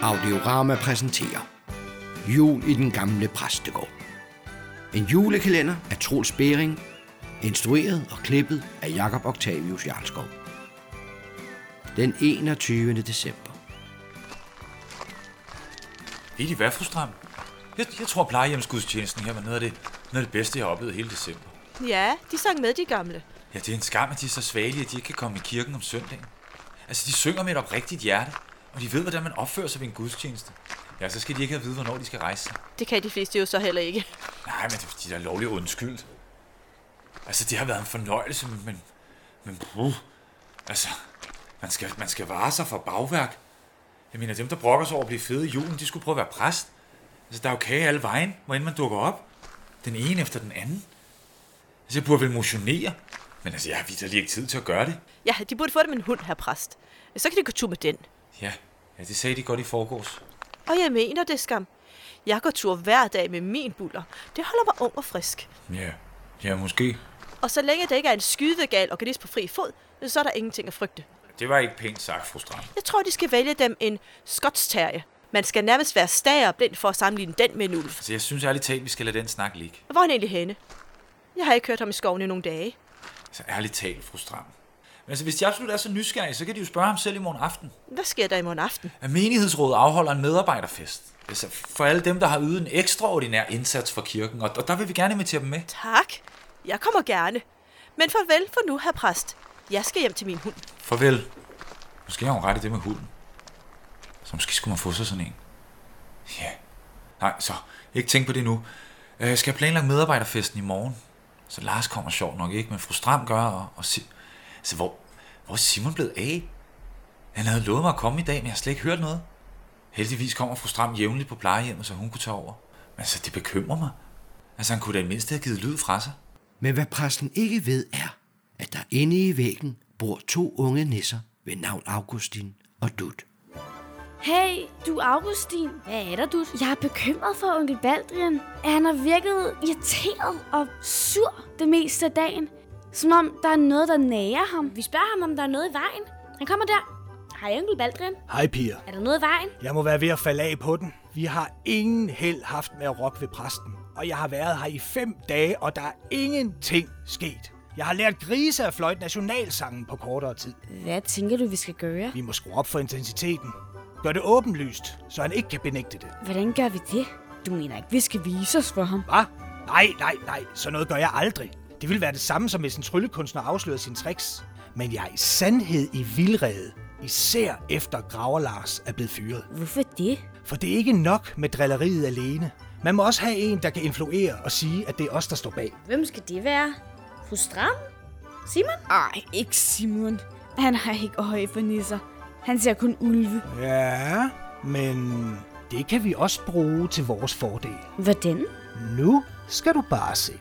Audiorama præsenterer Jul i den gamle præstegård. En julekalender af Troels Bering, instrueret og klippet af Jakob Octavius Jarlskov. Den 21. december. Ved I hvad, fru Stram? Jeg tror, plejehjemsgudstjenesten her var noget af det bedste, jeg har oplevet hele december. Ja, de sang med, de gamle. Ja, det er en skam, at de er så svagelige, at de ikke kan komme i kirken om søndagen. Altså, de synger med et oprigtigt hjerte, og de ved, hvordan man opfører sig ved en gudstjeneste. Ja, så skal de ikke have at vide, hvornår de skal rejse sig. Det kan de fleste jo så heller ikke. Nej, men de er da lovligt undskyldt. Altså, det har været en fornøjelse, men altså, man skal vare sig for bagværk. Jeg mener, dem, der brokker sig over at blive fede i julen, de skulle prøve at være præst. Altså, der er jo kage alle vejen, hvor end man dukker op. Den ene efter den anden. Altså, jeg burde vel motionere. Men altså, jeg har vitterlig ikke tid til at gøre det. Ja, de burde få det med en hund, herr præst. Så kan de gå tur med den. Ja, det sagde de godt i forgårs. Og jeg mener det, skam. Jeg går tur hver dag med min buller. Det holder mig ung og frisk. Ja, måske. Og så længe det ikke er en skydegal organist på fri fod, så er der ingenting at frygte. Det var ikke pænt sagt, fru Strand. Jeg tror, de skal vælge dem en skotsk-terrier. Man skal nærmest være stager og blind for at sammenligne den med en ulv. Altså, jeg synes ærligt talt, vi skal lade den snak ligge. Hvor er han egentlig henne? Jeg har ikke hørt ham i skoven i nogle dage. Altså, ærligt talt, fru Strand. Men altså, hvis de absolut er så nysgerrige, så kan de jo spørge ham selv i morgen aften. Hvad sker der i morgen aften? At menighedsrådet afholder en medarbejderfest. Altså, for alle dem, der har ydet en ekstraordinær indsats for kirken, og der vil vi gerne invitere dem med. Tak. Jeg kommer gerne. Men farvel for nu, herr præst. Jeg skal hjem til min hund. Farvel. Måske har hun ret i det med hunden. Så måske skulle man få sig sådan en. Ja. Nej, så ikke tænk på det nu. Jeg skal planlægge medarbejderfesten i morgen. Så Lars kommer sjovt nok ikke, men fru Stram gør, så hvor er Simon blevet af? Han havde lovet mig at komme i dag, men jeg har slet ikke hørt noget. Heldigvis kommer fru Stram jævnligt på plejehjemmet, så hun kunne tage over. Men altså, det bekymrer mig. Altså, han kunne da i mindste have givet lyd fra sig. Men hvad præsten ikke ved er, at der inde i væggen bor 2 unge nisser ved navn Augustin og Dut. Hey, du Augustin. Hvad er der, Dut? Jeg er bekymret for onkel Baldrian. Han har virket irriteret og sur det meste af dagen. Som om der er noget, der nager ham. Vi spørger ham, om der er noget i vejen. Han kommer der. Hej, onkel Baldrian. Hej, piger. Er der noget i vejen? Jeg må være ved at falde af på den. Vi har ingen held haft med at rokke ved præsten. Og jeg har været her i 5 dage, og der er ingenting sket. Jeg har lært grise at fløjte nationalsangen på kortere tid. Hvad tænker du, vi skal gøre? Vi må skrue op for intensiteten. Gør det åbenlyst, så han ikke kan benægte det. Hvordan gør vi det? Du mener ikke, vi skal vise os for ham? Hvad? Nej. Så noget gør jeg aldrig. Det vil være det samme, som hvis en tryllekunstner afslører sine tricks. Men jeg er i sandhed i vildrede. Især efter Graver Lars er blevet fyret. Hvorfor det? For det er ikke nok med drilleriet alene. Man må også have en, der kan influere og sige, at det er os, der står bag. Hvem skal det være? Fru Stram? Simon? Ej, ikke Simon. Han har ikke øje for nisser. Han ser kun ulve. Ja, men det kan vi også bruge til vores fordel. Hvordan? Nu skal du bare se.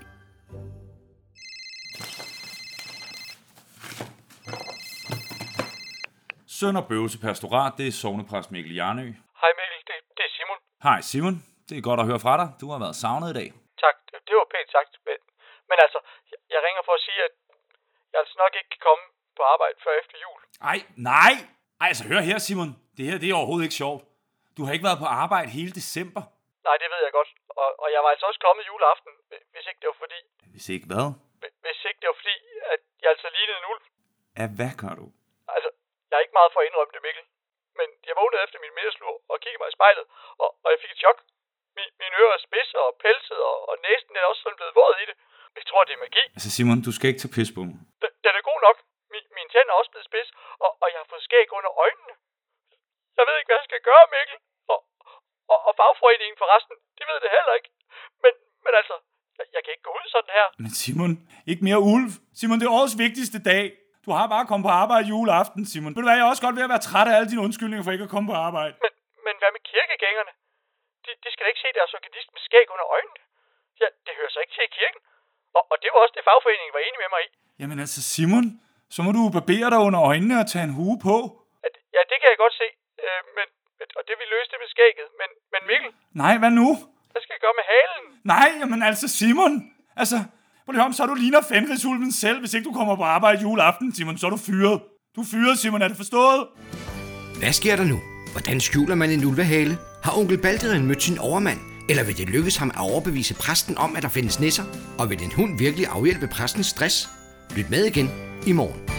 Sønder Bøvelse Pastorat, det er sognepræst Mikkel Jarnø. Hej Mikkel, det er Simon. Hej Simon, det er godt at høre fra dig. Du har været savnet i dag. Tak, det var pænt sagt. Men altså, jeg ringer for at sige, at jeg altså nok ikke kan komme på arbejde før efter jul. Nej, altså hør her Simon. Det er overhovedet ikke sjovt. Du har ikke været på arbejde hele december. Nej, det ved jeg godt. Og jeg var altså også kommet juleaften, hvis ikke det var fordi... Hvis ikke hvad? Hvis ikke det var fordi, at jeg altså lignede en ulv. Ja, hvad gør du? Altså, jeg er ikke meget for at indrømme det, Mikkel. Men jeg vågnede efter min middagslur og kiggede mig i spejlet, og jeg fik et chok. Mine ører er spidse og pelset, og næsten er også sådan blevet våd i det. Jeg tror, det er magi. Altså Simon, du skal ikke tage pis på mig. Den er god nok. Mine tænder er også blevet spids, og jeg har fået skæg under øjnene. Jeg ved ikke, hvad jeg skal gøre, Mikkel. Og fagforeningen forresten, de ved det heller ikke. Men altså, jeg kan ikke gå ud sådan her. Men Simon, ikke mere ulv. Simon, det er årets vigtigste dag. Du har bare kommet på arbejde juleaften, Simon. Ved du hvad, jeg er også godt ved at være træt af alle dine undskyldninger for ikke at komme på arbejde. Men hvad med kirkegængerne? De skal da ikke se deres organist med skæg under øjnene. Ja, det hører sig ikke til i kirken. Og det var også det, fagforeningen var enig med mig i. Jamen altså, Simon, så må du barbere dig under øjnene og tage en hue på. Ja, det kan jeg godt se. Og det vil løse det med skægget. Men Mikkel? Nej, hvad nu? Hvad skal jeg gøre med halen? Nej, jamen altså, Simon. Altså, på det om, så du ligner Fenrisulven selv, hvis ikke du kommer på arbejde juleaften, Simon, så er du fyret. Du er fyret, Simon, er det forstået? Hvad sker der nu? Hvordan skjuler man en ulvehale? Har onkel Baldrian mødt sin overmand? Eller vil det lykkes ham at overbevise præsten om, at der findes nisser? Og vil en hund virkelig afhjælpe præstens stress? Lyt med igen i morgen.